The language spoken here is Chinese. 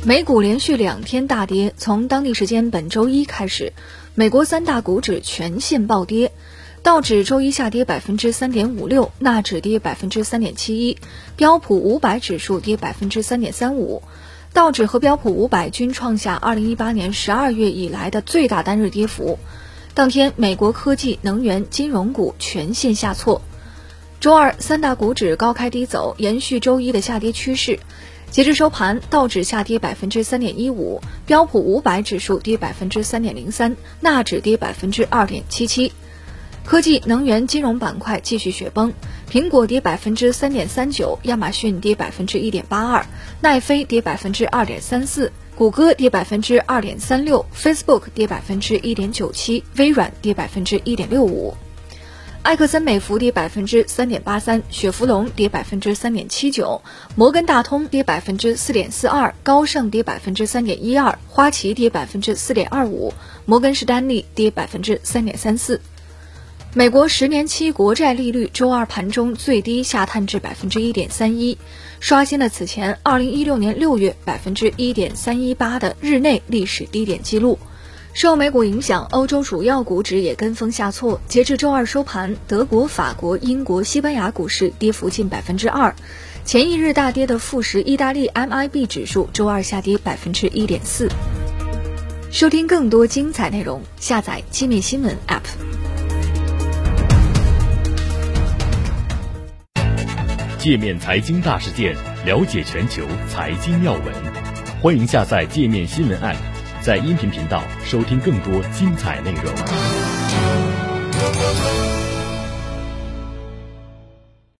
美股连续2天大跌，从当地时间本周一开始，美国3大股指全线暴跌。道指周一下跌 3.56%， 纳指跌 3.71%， 标普500指数跌 3.35%。道指和标普500均创下2018年12月以来的最大单日跌幅。当天，美国科技、能源、金融股全线下挫。周二，3大股指高开低走，延续周一的下跌趋势。截至收盘，道指下跌 3.15%， 标普500指数跌 3.03%， 纳指跌 2.77%。科技、能源、金融板块继续雪崩，苹果跌 3.39%， 亚马逊跌 1.82%， 奈飞跌 2.34%， 谷歌跌 2.36%， Facebook 跌 1.97%， 微软跌 1.65%。埃克森美孚跌 3.83%， 雪佛龙跌 3.79%， 摩根大通跌 4.42%， 高盛跌 3.12%， 花旗跌 4.25%， 摩根士丹利跌 3.34%。美国10年期国债利率周二盘中最低下探至 1.31%， 刷新了此前2016年6月 1.318% 的日内历史低点记录。受美股影响，欧洲主要股指也跟风下挫。截至周二收盘，德国、法国、英国、西班牙股市跌幅近 2%。前一日大跌的富时意大利 MIB 指数周二下跌 1.4%。收听更多精彩内容，下载界面新闻 App。 界面财经大事件，了解全球财经要闻。欢迎下载界面新闻 App， 在音频频道收听更多精彩内容。